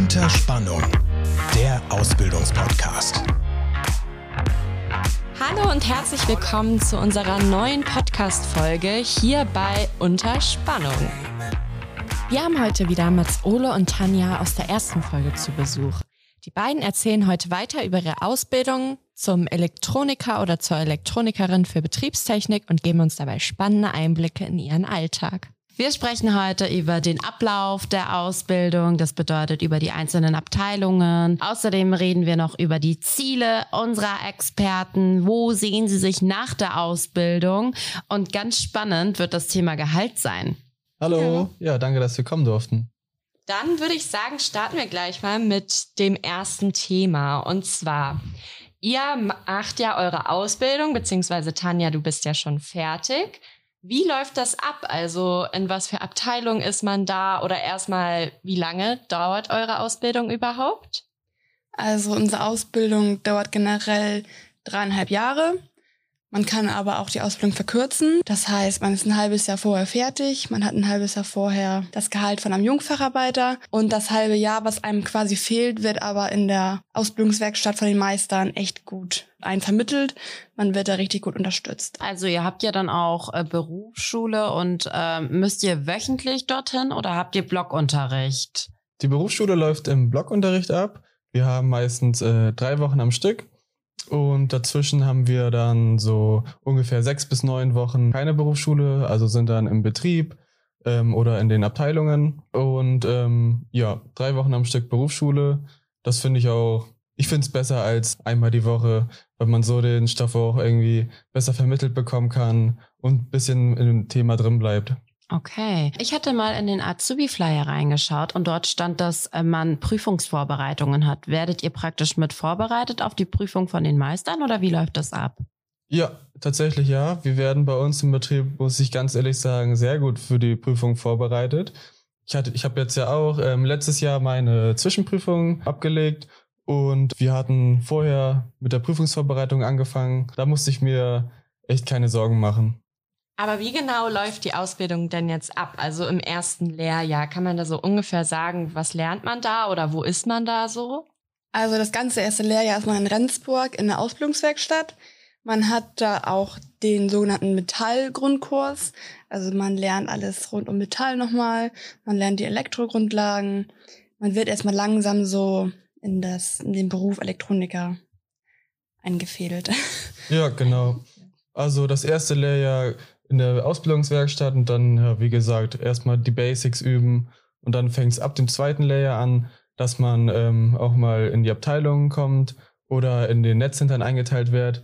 Unter Spannung, der Ausbildungspodcast. Hallo und herzlich willkommen zu unserer neuen Podcast-Folge hier bei Unter Spannung. Wir haben heute wieder Mats Ole und Tanja aus der ersten Folge zu Besuch. Die beiden erzählen heute weiter über ihre Ausbildung zum Elektroniker oder zur Elektronikerin für Betriebstechnik und geben uns dabei spannende Einblicke in ihren Alltag. Wir sprechen heute über den Ablauf der Ausbildung, das bedeutet über die einzelnen Abteilungen. Außerdem reden wir noch über die Ziele unserer Experten. Wo sehen sie sich nach der Ausbildung? Und ganz spannend wird das Thema Gehalt sein. Hallo, ja, danke, dass wir kommen durften. Dann würde ich sagen, starten wir gleich mal mit dem ersten Thema. Und zwar, ihr macht ja eure Ausbildung, beziehungsweise Tanja, du bist ja schon fertig. Wie läuft das ab? Also in was für Abteilung ist man da? Oder erstmal, wie lange dauert eure Ausbildung überhaupt? Also unsere Ausbildung dauert generell 3,5 Jahre. Man kann aber auch die Ausbildung verkürzen. Das heißt, man ist ein halbes Jahr vorher fertig. Man hat ein halbes Jahr vorher das Gehalt von einem Jungfacharbeiter. Und das halbe Jahr, was einem quasi fehlt, wird aber in der Ausbildungswerkstatt von den Meistern echt gut vermittelt. Man wird da richtig gut unterstützt. Also ihr habt ja dann auch Berufsschule und müsst ihr wöchentlich dorthin oder habt ihr Blockunterricht? Die Berufsschule läuft im Blockunterricht ab. Wir haben meistens 3 Wochen am Stück. Und dazwischen haben wir dann so ungefähr 6 bis 9 Wochen keine Berufsschule, also sind dann im Betrieb oder in den Abteilungen. Und 3 Wochen am Stück Berufsschule, das finde ich finde es besser als einmal die Woche, weil man so den Stoff auch irgendwie besser vermittelt bekommen kann und ein bisschen im Thema drin bleibt. Okay. Ich hatte mal in den Azubi-Flyer reingeschaut und dort stand, dass man Prüfungsvorbereitungen hat. Werdet ihr praktisch mit vorbereitet auf die Prüfung von den Meistern oder wie läuft das ab? Ja, tatsächlich ja. Wir werden bei uns im Betrieb, muss ich ganz ehrlich sagen, sehr gut für die Prüfung vorbereitet. Ich habe jetzt ja auch letztes Jahr meine Zwischenprüfung abgelegt und wir hatten vorher mit der Prüfungsvorbereitung angefangen. Da musste ich mir echt keine Sorgen machen. Aber wie genau läuft die Ausbildung denn jetzt ab? Also im ersten Lehrjahr, kann man da so ungefähr sagen, was lernt man da oder wo ist man da so? Also das ganze erste Lehrjahr ist man in Rendsburg in der Ausbildungswerkstatt. Man hat da auch den sogenannten Metallgrundkurs. Also man lernt alles rund um Metall nochmal. Man lernt die Elektrogrundlagen. Man wird erstmal langsam so in den Beruf Elektroniker eingefädelt. Ja, genau. Also das erste Lehrjahr in der Ausbildungswerkstatt und dann, wie gesagt, erstmal die Basics üben und dann fängt es ab dem zweiten Lehrjahr an, dass man auch mal in die Abteilungen kommt oder in den Netzcentern eingeteilt wird.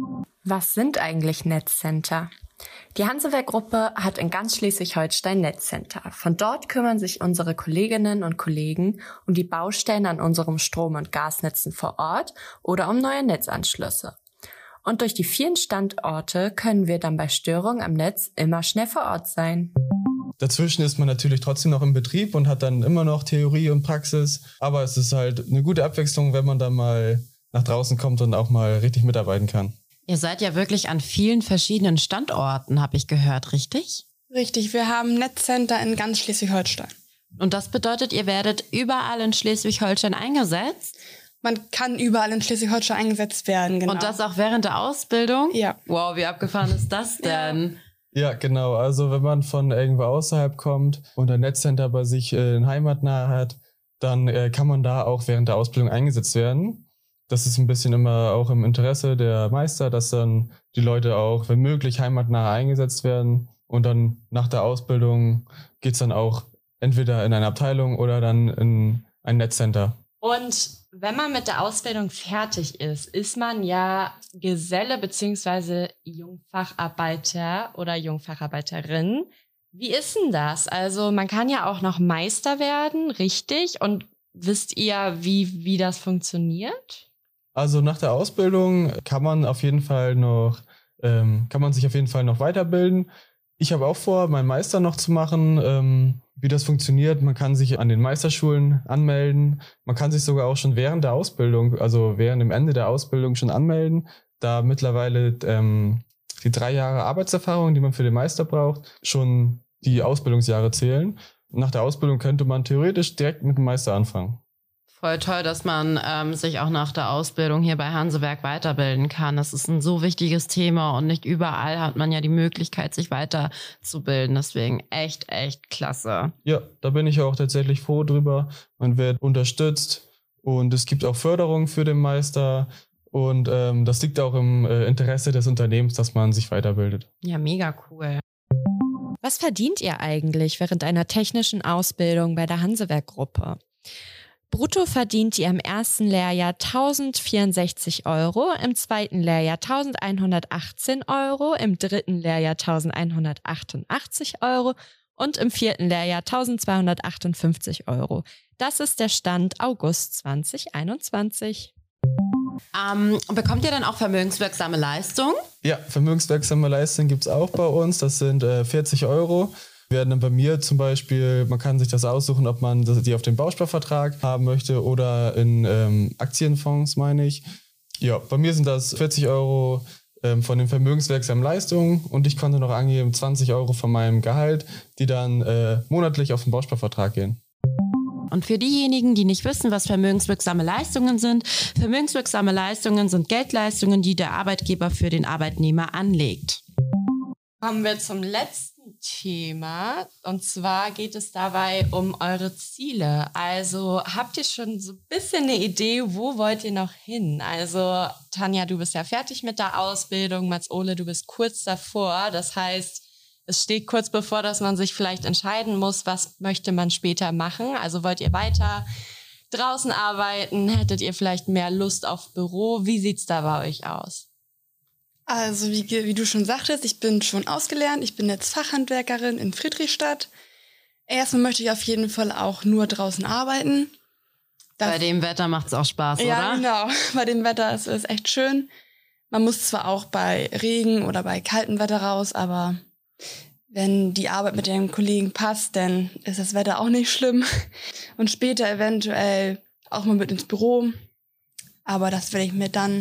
Was sind eigentlich Netzcenter? Die Hansewerk-Gruppe hat in ganz Schleswig-Holstein Netzcenter. Von dort kümmern sich unsere Kolleginnen und Kollegen um die Baustellen an unserem Strom- und Gasnetzen vor Ort oder um neue Netzanschlüsse. Und durch die vielen Standorte können wir dann bei Störungen am Netz immer schnell vor Ort sein. Dazwischen ist man natürlich trotzdem noch im Betrieb und hat dann immer noch Theorie und Praxis. Aber es ist halt eine gute Abwechslung, wenn man dann mal nach draußen kommt und auch mal richtig mitarbeiten kann. Ihr seid ja wirklich an vielen verschiedenen Standorten, habe ich gehört, richtig? Richtig, wir haben Netzcenter in ganz Schleswig-Holstein. Und das bedeutet, ihr werdet überall in Schleswig-Holstein eingesetzt? Man kann überall in Schleswig-Holstein eingesetzt werden, genau. Und das auch während der Ausbildung? Ja. Wow, wie abgefahren ist das denn? Ja, genau. Also wenn man von irgendwo außerhalb kommt und ein Netzcenter bei sich in heimatnah hat, dann kann man da auch während der Ausbildung eingesetzt werden. Das ist ein bisschen immer auch im Interesse der Meister, dass dann die Leute auch, wenn möglich, heimatnah eingesetzt werden. Und dann nach der Ausbildung geht's dann auch entweder in eine Abteilung oder dann in ein Netzcenter. Und wenn man mit der Ausbildung fertig ist man ja Geselle bzw. Jungfacharbeiter oder Jungfacharbeiterin. Wie ist denn das? Also man kann ja auch noch Meister werden, richtig? Und wisst ihr, wie das funktioniert? Also nach der Ausbildung kann man sich auf jeden Fall noch weiterbilden. Ich habe auch vor, meinen Meister noch zu machen. Wie das funktioniert, man kann sich an den Meisterschulen anmelden. Man kann sich sogar auch schon während der Ausbildung, also während dem Ende der Ausbildung schon anmelden, da mittlerweile die 3 Jahre Arbeitserfahrung, die man für den Meister braucht, schon die Ausbildungsjahre zählen. Nach der Ausbildung könnte man theoretisch direkt mit dem Meister anfangen. Voll toll, dass man sich auch nach der Ausbildung hier bei Hansewerk weiterbilden kann. Das ist ein so wichtiges Thema und nicht überall hat man ja die Möglichkeit, sich weiterzubilden. Deswegen echt, echt klasse. Ja, da bin ich auch tatsächlich froh drüber. Man wird unterstützt und es gibt auch Förderung für den Meister. Und das liegt auch im Interesse des Unternehmens, dass man sich weiterbildet. Ja, mega cool. Was verdient ihr eigentlich während einer technischen Ausbildung bei der Hansewerk-Gruppe? Brutto verdient ihr im ersten Lehrjahr 1.064 €, im zweiten Lehrjahr 1.118 €, im dritten Lehrjahr 1.188 € und im vierten Lehrjahr 1.258 €. Das ist der Stand August 2021. Bekommt ihr dann auch vermögenswirksame Leistung? Ja, vermögenswirksame Leistung gibt es auch bei uns. Das sind 40 €. Werden dann bei mir zum Beispiel, man kann sich das aussuchen, ob man die auf den Bausparvertrag haben möchte oder in Aktienfonds, meine ich. Ja, bei mir sind das 40 € von den vermögenswirksamen Leistungen und ich konnte noch angeben 20 € von meinem Gehalt, die dann monatlich auf den Bausparvertrag gehen. Und für diejenigen, die nicht wissen, was vermögenswirksame Leistungen sind Geldleistungen, die der Arbeitgeber für den Arbeitnehmer anlegt. Kommen wir zum letzten Thema und zwar geht es dabei um eure Ziele. Also habt ihr schon so ein bisschen eine Idee, wo wollt ihr noch hin? Also Tanja, du bist ja fertig mit der Ausbildung, Mats-Ole, du bist kurz davor. Das heißt, es steht kurz bevor, dass man sich vielleicht entscheiden muss, was möchte man später machen. Also wollt ihr weiter draußen arbeiten? Hättet ihr vielleicht mehr Lust auf Büro? Wie sieht's da bei euch aus? Also wie du schon sagtest, ich bin schon ausgelernt. Ich bin jetzt Fachhandwerkerin in Friedrichstadt. Erstmal möchte ich auf jeden Fall auch nur draußen arbeiten. Bei dem Wetter macht es auch Spaß, oder? Ja, genau. Bei dem Wetter ist es echt schön. Man muss zwar auch bei Regen oder bei kaltem Wetter raus, aber wenn die Arbeit mit den Kollegen passt, dann ist das Wetter auch nicht schlimm. Und später eventuell auch mal mit ins Büro. Aber das werde ich mir dann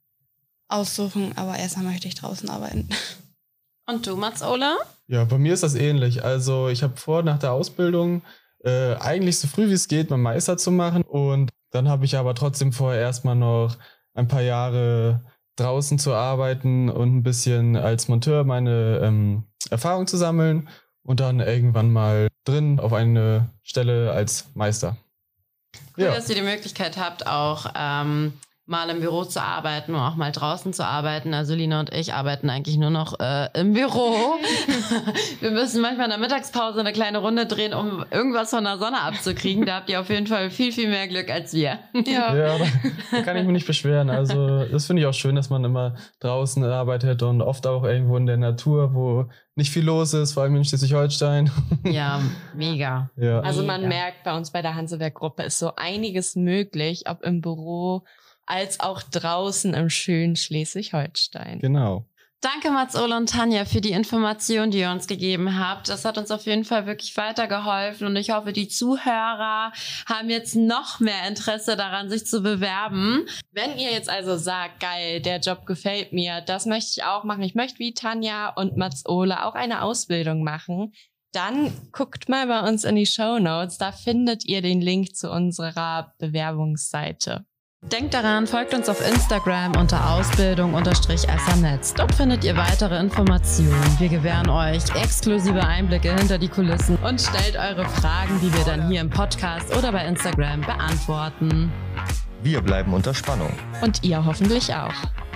aussuchen, aber erstmal möchte ich draußen arbeiten. Und du, Mats-Ole? Ja, bei mir ist das ähnlich. Also ich habe vor, nach der Ausbildung eigentlich so früh wie es geht, meinen Meister zu machen. Und dann habe ich aber trotzdem vorher erstmal noch ein paar Jahre draußen zu arbeiten und ein bisschen als Monteur meine Erfahrung zu sammeln und dann irgendwann mal drin auf eine Stelle als Meister. Cool, dass ihr die Möglichkeit habt, auch mal im Büro zu arbeiten und auch mal draußen zu arbeiten. Also Lina und ich arbeiten eigentlich nur noch im Büro. Wir müssen manchmal in der Mittagspause eine kleine Runde drehen, um irgendwas von der Sonne abzukriegen. Da habt ihr auf jeden Fall viel, viel mehr Glück als wir. Ja, da kann ich mich nicht beschweren. Also das finde ich auch schön, dass man immer draußen arbeitet und oft auch irgendwo in der Natur, wo nicht viel los ist, vor allem in Schleswig-Holstein. Ja, mega. Ja. Also man merkt, bei uns bei der Hansewerk-Gruppe ist so einiges möglich, ob im Büro als auch draußen im schönen Schleswig-Holstein. Genau. Danke Mats-Ole und Tanja für die Information, die ihr uns gegeben habt. Das hat uns auf jeden Fall wirklich weitergeholfen und ich hoffe, die Zuhörer haben jetzt noch mehr Interesse daran, sich zu bewerben. Wenn ihr jetzt also sagt, geil, der Job gefällt mir, das möchte ich auch machen. Ich möchte wie Tanja und Mats-Ole auch eine Ausbildung machen. Dann guckt mal bei uns in die Shownotes. Da findet ihr den Link zu unserer Bewerbungsseite. Denkt daran, folgt uns auf Instagram unter Ausbildung_SRNetz. Dort findet ihr weitere Informationen. Wir gewähren euch exklusive Einblicke hinter die Kulissen und stellt eure Fragen, die wir dann hier im Podcast oder bei Instagram beantworten. Wir bleiben unter Spannung. Und ihr hoffentlich auch.